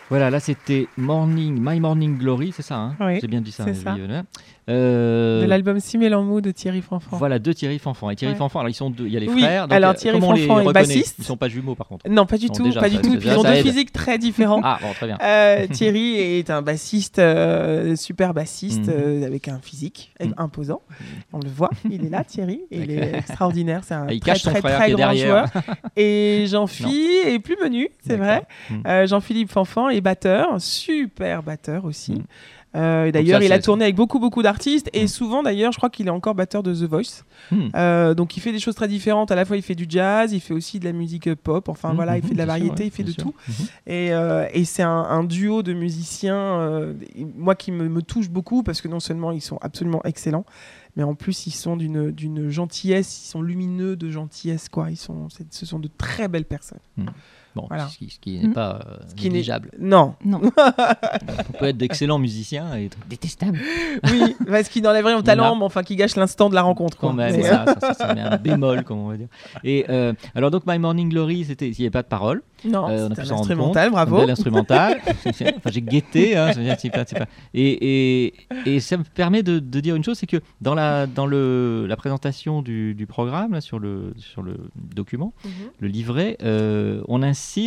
Voilà, là c'était My Morning Glory, c'est ça, hein? Oui, j'ai bien dit ça. C'est ça. De l'album Simélamou de Thierry Fanfan. Voilà, de Thierry Fanfan. Et Thierry Fanfan, alors ils sont deux, il y a les Oui, frères. Donc, alors Thierry Fanfan est bassiste. Ils ne sont pas jumeaux par contre. Non, pas du tout. Déjà, pas du tout. Ils ont deux physiques très différents. Ah, bon, très bien. Thierry est un bassiste, super bassiste, avec un physique imposant. On le voit, il est là, Thierry. Et il est extraordinaire. C'est un très grand joueur. Et Jean-Philippe est plus menu, c'est vrai. Jean-Philippe Fanfan est batteur, super batteur aussi. D'ailleurs, il a tourné avec beaucoup d'artistes et souvent, d'ailleurs, je crois qu'il est encore batteur de The Voice. Donc, il fait des choses très différentes. À la fois, il fait du jazz, il fait aussi de la musique pop. Enfin, voilà, il fait de la variété, il fait de tout. Et c'est un duo de musiciens, moi, qui me touche beaucoup parce que non seulement ils sont absolument excellents, mais en plus, ils sont d'une gentillesse, ils sont lumineux de gentillesse, quoi. Ce sont de très belles personnes. Bon, voilà. Ce qui n'est pas négligeable. Non. On peut être d'excellents musiciens et être détestables. Oui, ce qui n'enlève rien au talent, mais enfin qui gâche l'instant de la rencontre. Quand même, ça met un bémol, comme on va dire. Et alors donc My Morning Glory, il n'y avait pas de paroles. Non, c'est un instrumental, bravo. Un bel instrumental. Enfin, j'ai guetté. Hein, c'est pas. Et ça me permet de dire une chose, c'est que dans la présentation du programme, là, sur le document, le livret, on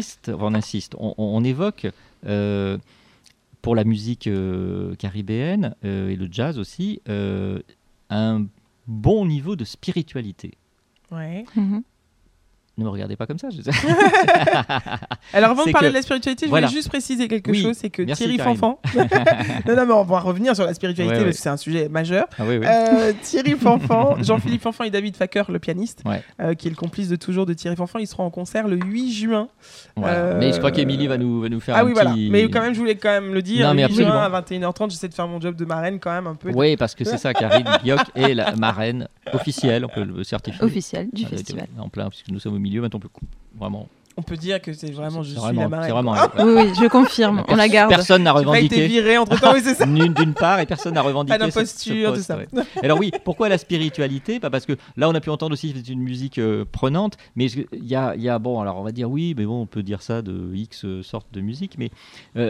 évoque pour la musique caribéenne et le jazz aussi un bon niveau de spiritualité. Ouais. Ne me regardez pas comme ça. Alors avant de parler de la spiritualité, je voulais juste préciser quelque chose, c'est que Thierry Fanfan... non, mais on va revenir sur la spiritualité parce que c'est un sujet majeur. Thierry Fanfan, Jean-Philippe Fanfan et David Facker, le pianiste, qui est le complice de toujours de Thierry Fanfan, ils seront en concert le 8 juin. Mais je crois qu'Émilie va nous faire un petit... voilà. Mais quand même, je voulais quand même le dire, le 8 juin à 21h30, j'essaie de faire mon job de marraine quand même un peu. Oui, parce que c'est ça, Karine Bioc est la marraine officielle, on peut le certifier. Officielle du festival. En plein, puisque nous sommes au milieu, maintenant vraiment. On peut dire que c'est vraiment je suis la marraine. Oui, je confirme, on la garde. Personne n'a revendiqué. J'ai pas été viré entre-temps, oui, c'est ça. D'une part, et personne n'a revendiqué. Pas d'imposture, tout ça. Ouais. Alors oui, pourquoi la spiritualité ? Parce que là, on a pu entendre aussi c'est une musique prenante, mais il y a bon, alors on va dire oui, mais bon, on peut dire ça de X sortes de musique, mais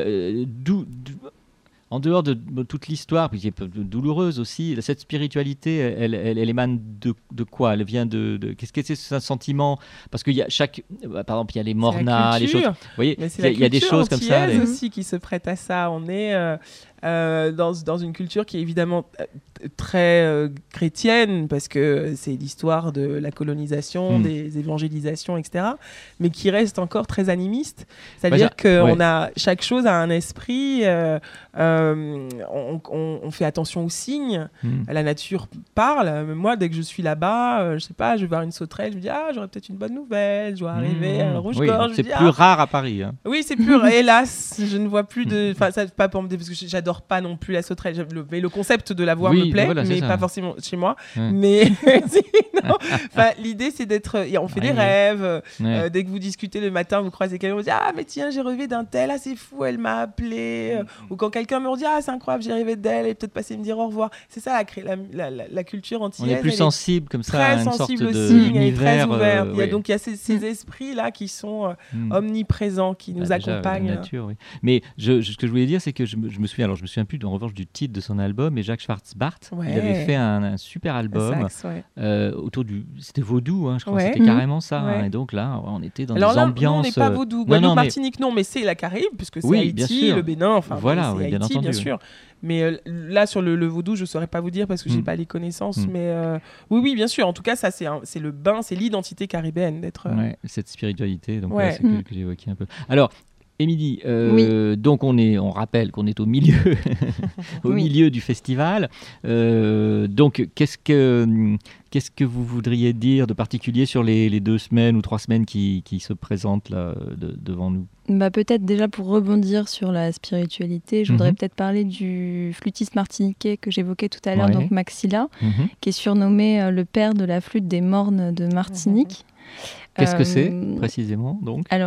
en dehors de toute l'histoire, puis qui est douloureuse aussi, cette spiritualité, elle émane de quoi ? Elle vient de qu'est-ce que c'est un sentiment ? Parce qu'il y a par exemple, il y a les mornas, les choses. Vous voyez, il y a des choses comme ça. C'est aussi qui se prête à ça. On est dans une culture qui est évidemment très chrétienne, parce que c'est l'histoire de la colonisation, des évangélisations, etc., mais qui reste encore très animiste. C'est-à-dire que chaque chose a un esprit, on fait attention aux signes, la nature parle. Moi, dès que je suis là-bas, je sais pas, je vais voir une sauterelle, je me dis j'aurais peut-être une bonne nouvelle, je dois arriver à un rouge-gorge. C'est plus rare à Paris. Hein. Oui, c'est plus hélas, je ne vois plus de... Enfin, ça pas pour me dire, parce que j'adore pas non plus la sauterelle, mais le concept de la voir me plaît, mais pas forcément chez moi. Mais sinon, l'idée, c'est d'être... On fait des rêves. Dès que vous discutez le matin, vous croisez quelqu'un, vous dites mais tiens, j'ai rêvé d'un tel, c'est fou, elle m'a appelé. Ou quand quelqu'un me dit c'est incroyable, j'ai rêvé d'elle, et peut-être passer me dire au revoir. C'est ça la culture antillaise. On est plus sensible comme ça, très à une sensible sorte aussi, d'univers. Très ouverte. Donc il y a ces esprits-là qui sont omniprésents, qui nous accompagnent. Nature, oui. Mais ce que je voulais dire, c'est que je me souviens plus en revanche du titre de son album, mais Jacques Schwartzbart, il avait fait un super album autour du... C'était vaudou, je crois, c'était carrément ça. Et donc là, on était dans des ambiances... Non, on n'est pas vaudou. Guadeloupe, Martinique, non, mais c'est la Caraïbe, puisque c'est Haïti, le Bénin, enfin, voilà, c'est Haïti, bien sûr. Mais là, sur le vaudou, je ne saurais pas vous dire parce que je n'ai pas les connaissances. Mais oui, bien sûr. En tout cas, ça, c'est le bain, c'est l'identité caribéenne d'être... cette spiritualité, donc c'est que j'évoquais un peu. Alors, Émilie, donc on rappelle qu'on est au milieu, milieu du festival. Donc, qu'est-ce que vous voudriez dire de particulier sur les 2 semaines ou 3 semaines qui se présentent là devant nous ? Peut-être déjà pour rebondir sur la spiritualité, je voudrais peut-être parler du flûtiste martiniquais que j'évoquais tout à l'heure, donc Maxilla, qui est surnommé le père de la flûte des mornes de Martinique. Qu'est-ce que c'est précisément donc ? Alors,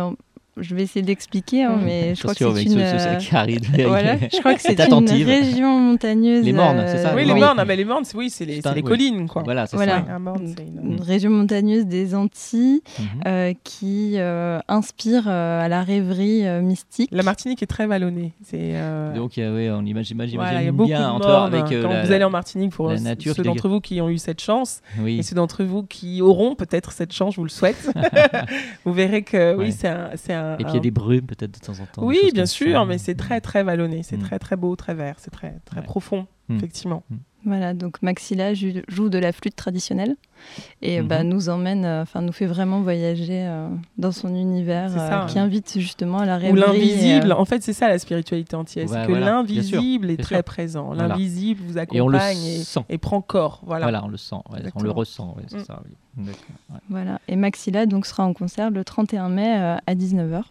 je vais essayer d'expliquer, mais je crois que c'est je crois que c'est une région montagneuse. Les Mornes, c'est ça. Oui, les Mornes. Mais les Mornes, c'est les collines, quoi. Voilà, c'est ça. Une région montagneuse des Antilles qui inspire à la rêverie mystique. La Martinique est très vallonnée. Donc, on imagine il y a beaucoup bien de mornes. Quand vous allez en Martinique, pour nature, ceux d'entre vous qui ont eu cette chance, et ceux d'entre vous qui auront peut-être cette chance, je vous le souhaite, vous verrez que c'est un. Et puis il y a des brumes peut-être de temps en temps. Oui, bien sûr, mais c'est très très vallonné, c'est très très beau, très vert, c'est très très profond, effectivement. Voilà, donc Maxilla joue de la flûte traditionnelle et nous fait vraiment voyager dans son univers qui invite justement à la rêverie. Ou l'invisible, en fait c'est ça la spiritualité antillaise, c'est que l'invisible est très présent, l'invisible vous accompagne et prend corps. Voilà, on le sent, on le ressent, c'est ça. Oui. Voilà, et Maxilla donc sera en concert le 31 mai à 19h.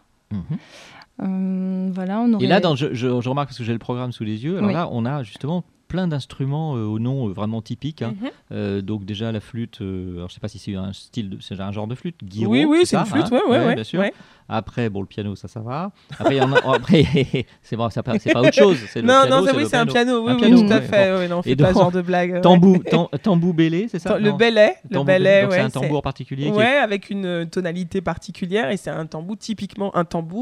Et là, je remarque parce que j'ai le programme sous les yeux, alors là on a justement plein d'instruments au nom vraiment typique. Donc déjà la flûte, alors je ne sais pas si c'est c'est un genre de flûte. Guiro, oui, c'est une flûte, oui, bien sûr. Ouais. Après, le piano, ça va. Après, c'est bon, c'est pas autre chose. C'est c'est un piano. Oui, tout à fait. Ouais, non, on fait pas ce genre de blague. Tambour bélé, c'est ça? Le bellet, c'est un tambour particulier. Oui, avec une tonalité particulière, et c'est un tambour typiquement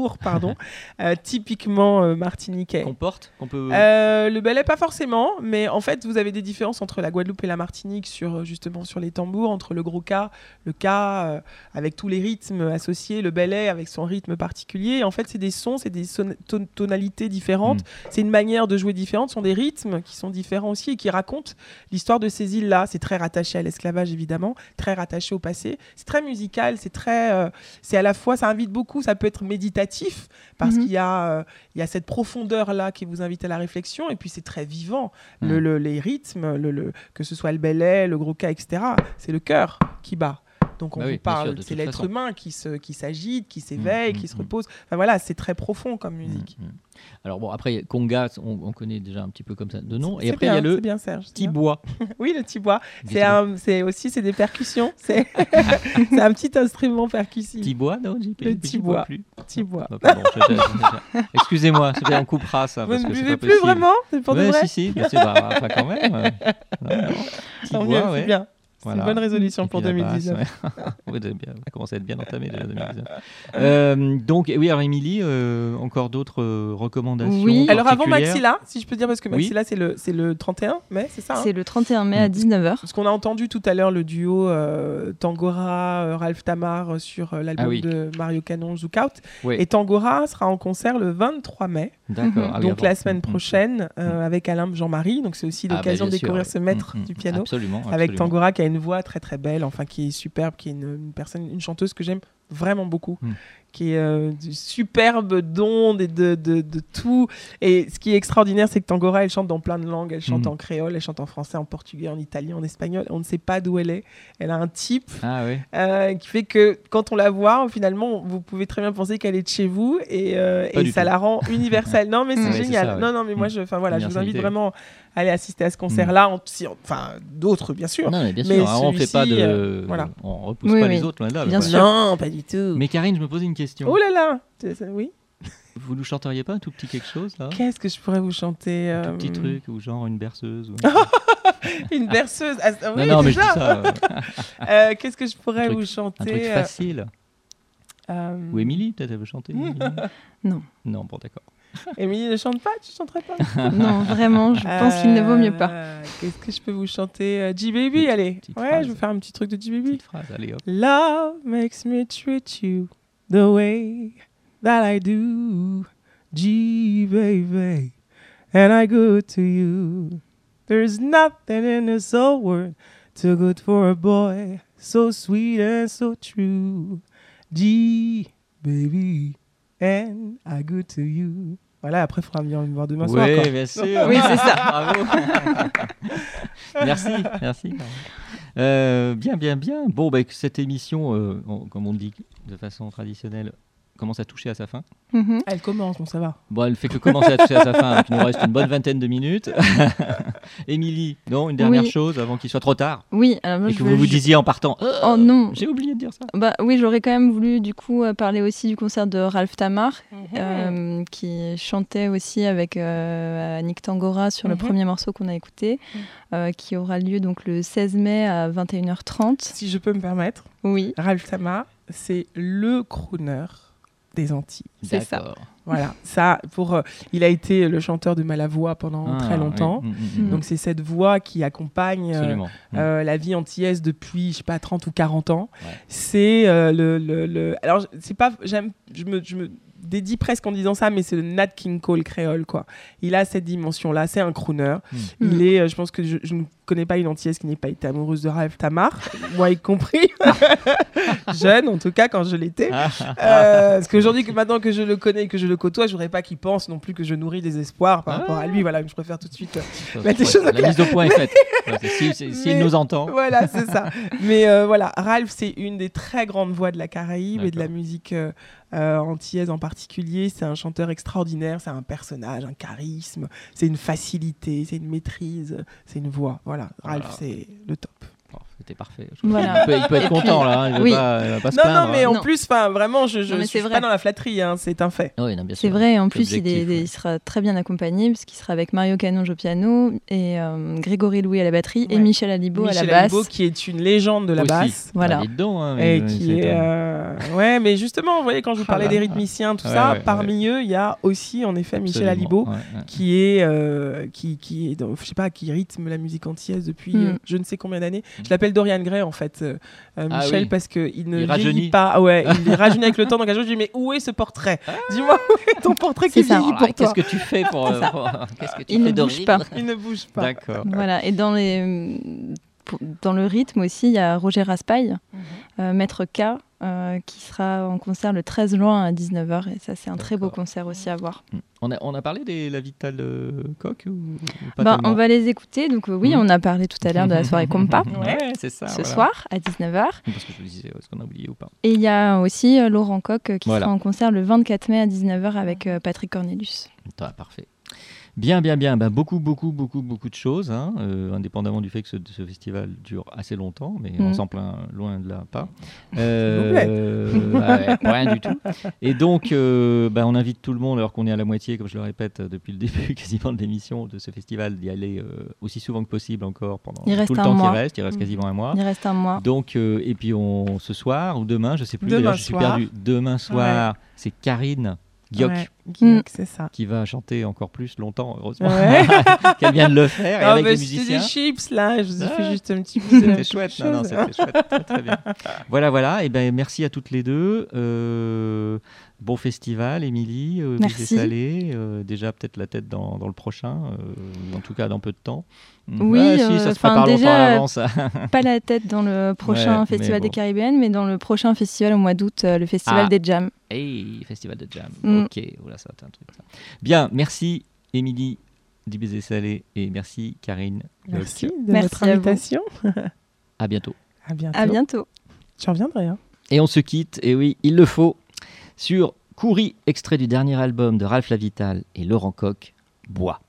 martiniquais. Qu'on peut. Le bellet, pas forcément, mais en fait, vous avez des différences entre la Guadeloupe et la Martinique sur les tambours, entre le gros K, le K, avec tous les rythmes associés, le bellet avec son rythme particulier. Et en fait, c'est des sons, c'est des tonalités différentes. C'est une manière de jouer différente. Ce sont des rythmes qui sont différents aussi et qui racontent l'histoire de ces îles-là. C'est très rattaché à l'esclavage, évidemment, très rattaché au passé. C'est très musical, c'est à la fois, ça invite beaucoup, ça peut être méditatif parce qu'il y a cette profondeur-là qui vous invite à la réflexion, et puis c'est très vivant. Les rythmes, que ce soit le bellet, le gros K, etc., c'est le cœur qui bat. Donc on vous parle, c'est l'être humain qui s'agite, qui s'éveille, qui se repose. Enfin voilà, c'est très profond comme musique. Alors bon, après Conga, on connaît déjà un petit peu comme ça de nom. Et après il y a le tibois. Oui, le tibois. C'est des percussions. C'est un petit instrument percussif. Tibois, non? Le tibois. Tibois. Excusez-moi, on coupera ça. Vous ne buvez plus vraiment? C'est pour de vrai? Si, enfin quand même. Tibois, c'est bien. C'est une bonne résolution pour 2019. On va commencer à être bien entamé déjà 2019. Donc, oui, alors Émilie, encore d'autres recommandations? Oui, alors avant Maxilla, si je peux dire, parce que Maxilla, c'est le 31 mai, c'est ça? C'est le 31 mai à 19h. Parce qu'on a entendu tout à l'heure le duo Tangora, Ralph Tamar sur l'album de Mario Canon, Zouk Out. Oui. Et Tangora sera en concert le 23 mai. D'accord. Donc la semaine prochaine, avec Alain Jean-Marie. Donc c'est aussi l'occasion de découvrir ce maître du piano. Absolument. Avec Tangora qui a une voix très très belle, enfin qui est superbe, qui est une chanteuse que j'aime vraiment beaucoup, qui est superbe d'ondes et de tout. Et ce qui est extraordinaire, c'est que Tangora, elle chante dans plein de langues. Elle chante en créole, elle chante en français, en portugais, en italien, en espagnol. On ne sait pas d'où elle est. Elle a un type qui fait que quand on la voit, finalement, vous pouvez très bien penser qu'elle est de chez vous, et ça la rend universelle. Non, mais c'est génial. Ça, Non, mais moi, je vous invite vraiment à aller assister à ce concert-là. Enfin, d'autres, bien sûr. Non, mais bien sûr. On fait pas de. On repousse pas les autres, loin de là. Bien sûr. Non, pas du tout. Mais Karine, je me posais une question. Oh là là. Oui. Vous nous chanteriez pas un tout petit quelque chose là? Qu'est-ce que je pourrais vous chanter? Un tout petit truc, ou genre une berceuse Une berceuse. Oui, non, mais je dis ça. Qu'est-ce que je pourrais vous chanter? Un truc facile. Ou Émilie, peut-être elle veut chanter? Non. Non, bon, d'accord. Émilie ne chante pas? Tu chanterais pas? Non, vraiment, je pense qu'il ne vaut mieux pas. Qu'est-ce que je peux vous chanter? G-Baby, allez. Ouais, je vais faire un petit truc de G-Baby. Petite phrase, allez hop. Love makes me treat you the way that I do, G-Baby, and I go to you. There's nothing in this whole world too good for a boy, so sweet and so true, G-Baby, and I go to you. Voilà, après, il faudra venir me voir demain soir. Oui, bien sûr. Oui, c'est ça. Bravo. Merci. Bien. Bon, cette émission, comme on dit de façon traditionnelle, commence à toucher à sa fin. Elle commence, bon ça va. Bon, elle fait que commencer à toucher à sa fin, donc il nous reste une bonne vingtaine de minutes. Émilie, non, une dernière chose avant qu'il soit trop tard. Oui, alors moi, et que vous disiez en partant. Oh non, j'ai oublié de dire ça. Bah oui, j'aurais quand même voulu du coup parler aussi du concert de Ralph Tamar, qui chantait aussi avec Annick Tangora sur le premier morceau qu'on a écouté, qui aura lieu donc le 16 mai à 21h30. Si je peux me permettre. Oui. Ralph Tamar, c'est le crooner des Antilles. C'est ça. Voilà, ça, il a été le chanteur de Malavoie pendant très longtemps. Oui. Donc c'est cette voix qui accompagne la vie antillaise depuis, je sais pas, 30 ou 40 ans. Ouais. C'est alors c'est pas, je me dédie presque en disant ça, mais c'est le Nat King Cole créole, quoi. Il a cette dimension-là, c'est un crooner. Il est, je pense que je ne connais pas une antillaise qui n'ait pas été amoureuse de Ralph Tamar, moi y compris. Jeune, en tout cas, quand je l'étais. Parce qu'aujourd'hui, maintenant que je le connais et que je le côtoie, je voudrais pas qu'il pense non plus que je nourris des espoirs par rapport à lui. Voilà, je préfère tout de suite mettre les choses au clair. La mise au point est faite. S'il nous entend. Voilà, c'est ça. Mais voilà, Ralph, c'est une des très grandes voix de la Caraïbe et de la musique antillaise en particulier. C'est un chanteur extraordinaire, c'est un personnage, un charisme, c'est une facilité, c'est une maîtrise, c'est une voix. Voilà, Ralph, c'est le top. C'était parfait. Voilà. Il peut être content là, il va pas se plaindre. Non, mais en plus, vraiment, je suis pas dans la flatterie, c'est un fait. Oui, non, bien sûr. C'est vrai, en plus, il sera très bien accompagné, puisqu'il sera avec Mario Canonge au piano, et Grégory Louis à la batterie, et Michel Alibo à la basse. Michel Alibo, qui est une légende de la basse. Voilà. Et qui est... Ouais, mais justement, vous voyez, quand je vous parlais des rythmiciens, tout ça, parmi eux, il y a aussi, en effet, Michel Alibo, qui est, je sais pas, qui rythme la musique antillaise depuis je ne sais combien d'années. Je l'appelle Dorian Gray en fait, Michel, parce qu'il ne vieillit pas. Ouais, il rajeunit avec le temps. Donc un jour je lui dis mais où est ce portrait? Dis-moi où est ton portrait qui vieillit pour toi? Qu'est-ce que tu fais pour qu'est-ce que tu il fais ne bouge pas. Il ne bouge pas. D'accord. Voilà. Et dans le rythme aussi, il y a Roger Raspail, Maître K, qui sera en concert le 13 juin à 19h. Et ça, c'est un très beau concert aussi à voir. On a parlé des La Vitale Coq ou pas on va les écouter. Donc oui, on a parlé tout à l'heure de la soirée Compa. C'est ça. Ce soir à 19h. Parce que je me disais, est-ce qu'on a oublié ou pas? Et il y a aussi Laurent Coq qui sera en concert le 24 mai à 19h avec Patrick Cornelius. Parfait. Bien. Beaucoup de choses, indépendamment du fait que ce festival dure assez longtemps, mais on s'en plaint loin de là pas. Rien du tout. Et donc, on invite tout le monde, alors qu'on est à la moitié, comme je le répète depuis le début quasiment de l'émission de ce festival, d'y aller aussi souvent que possible encore pendant tout le temps qu'il reste. Il reste quasiment un mois. Il reste un mois. Donc, et puis ce soir ou demain, je sais plus. D'ailleurs, je suis perdu. Demain soir, c'est Karine Guioc, c'est ça. Qui va chanter encore plus longtemps, heureusement. Qu'elle vient de le faire. Et avec les musiciens. C'était des chips, là. Je vous ai fait juste un petit peu. C'était chouette. C'était chouette. Très bien. Voilà. Et merci à toutes les deux. Bon festival, Émilie. Merci. Salé. Déjà, peut-être la tête dans le prochain. En tout cas, dans peu de temps. Oui, ça se prépare longtemps à l'avance. Pas la tête dans le prochain festival des Caribéennes, mais dans le prochain festival au mois d'août, le festival des Jams. Festival de Jam. Ok, voilà, ça va être un truc. Ça. Bien, merci Émilie du Baiser Salé et merci Karine. Merci de votre invitation. À bientôt. À bientôt. Je reviendrai. Et on se quitte, et oui, il le faut, sur Coury, extrait du dernier album de Ralph Lavital et Laurent Coq, Bois.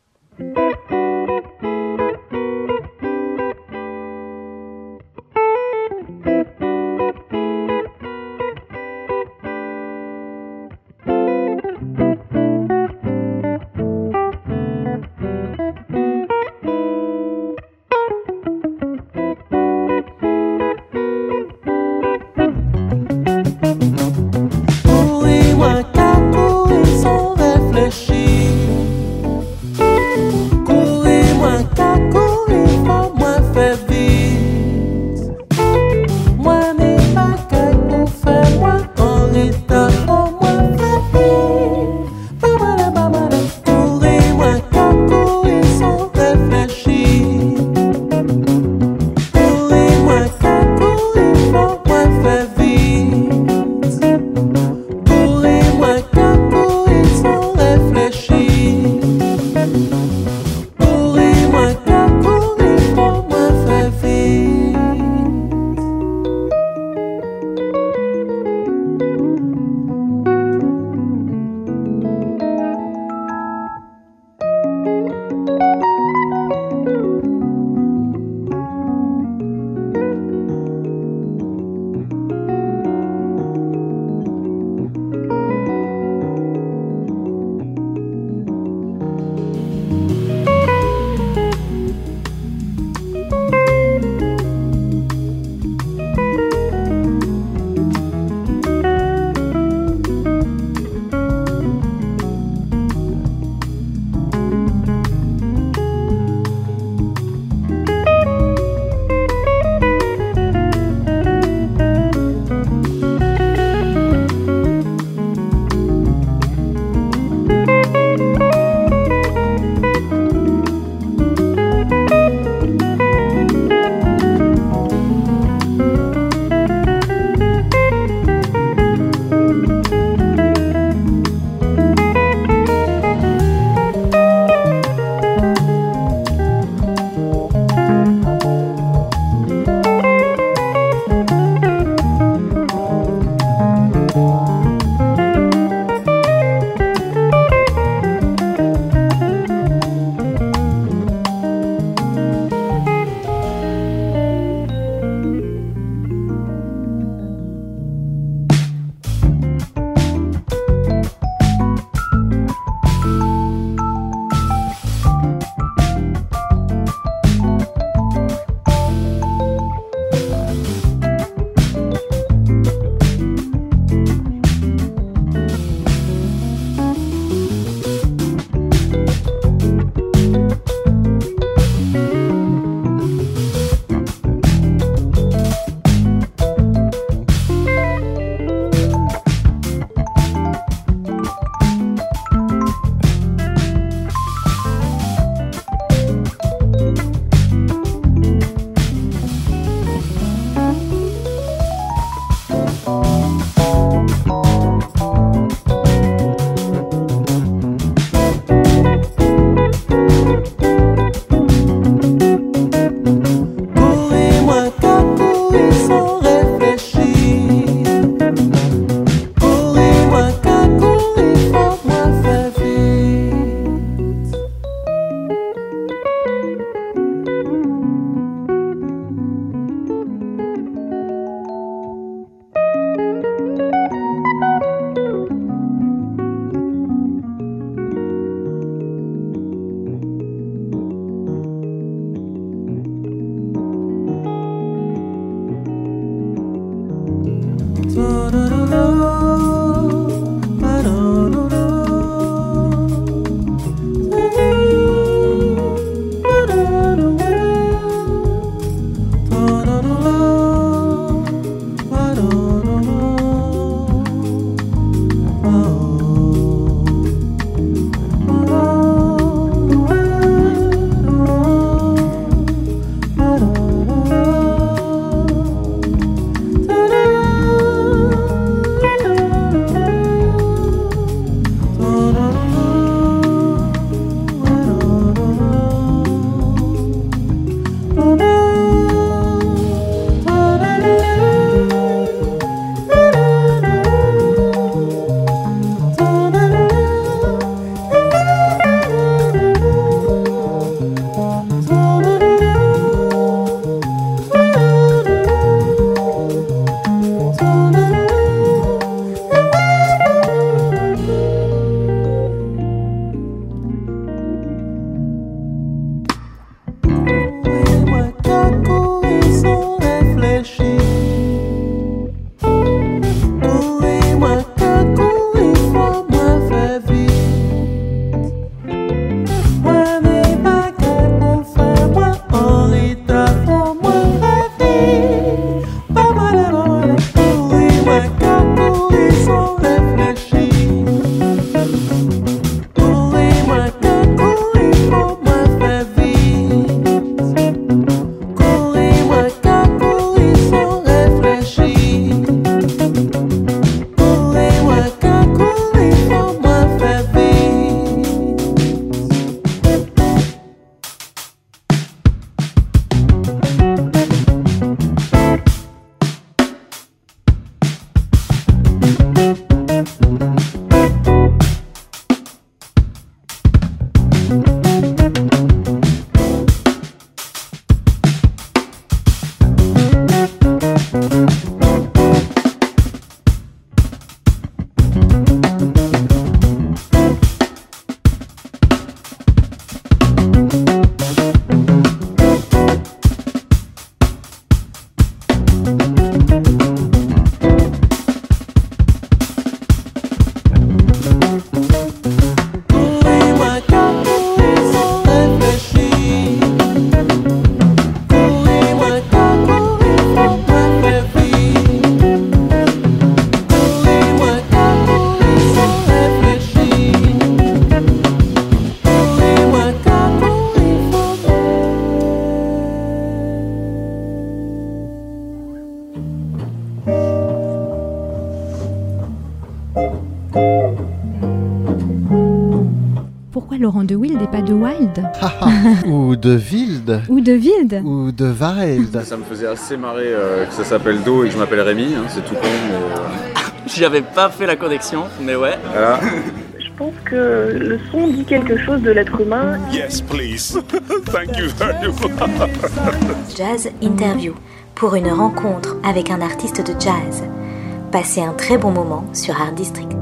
pourquoi Laurent de Wild et pas de Wild? Ou de Wild. Ou de Wild. Ou de Wild. Ça me faisait assez marrer que ça s'appelle Do et que je m'appelle Rémi, hein, c'est tout con. Mais... J'y avais pas fait la connexion, mais ouais. Voilà. Je pense que le son dit quelque chose de l'être humain. Yes, please. Thank you very much. Jazz Interview, pour une rencontre avec un artiste de jazz. Passez un très bon moment sur Art District.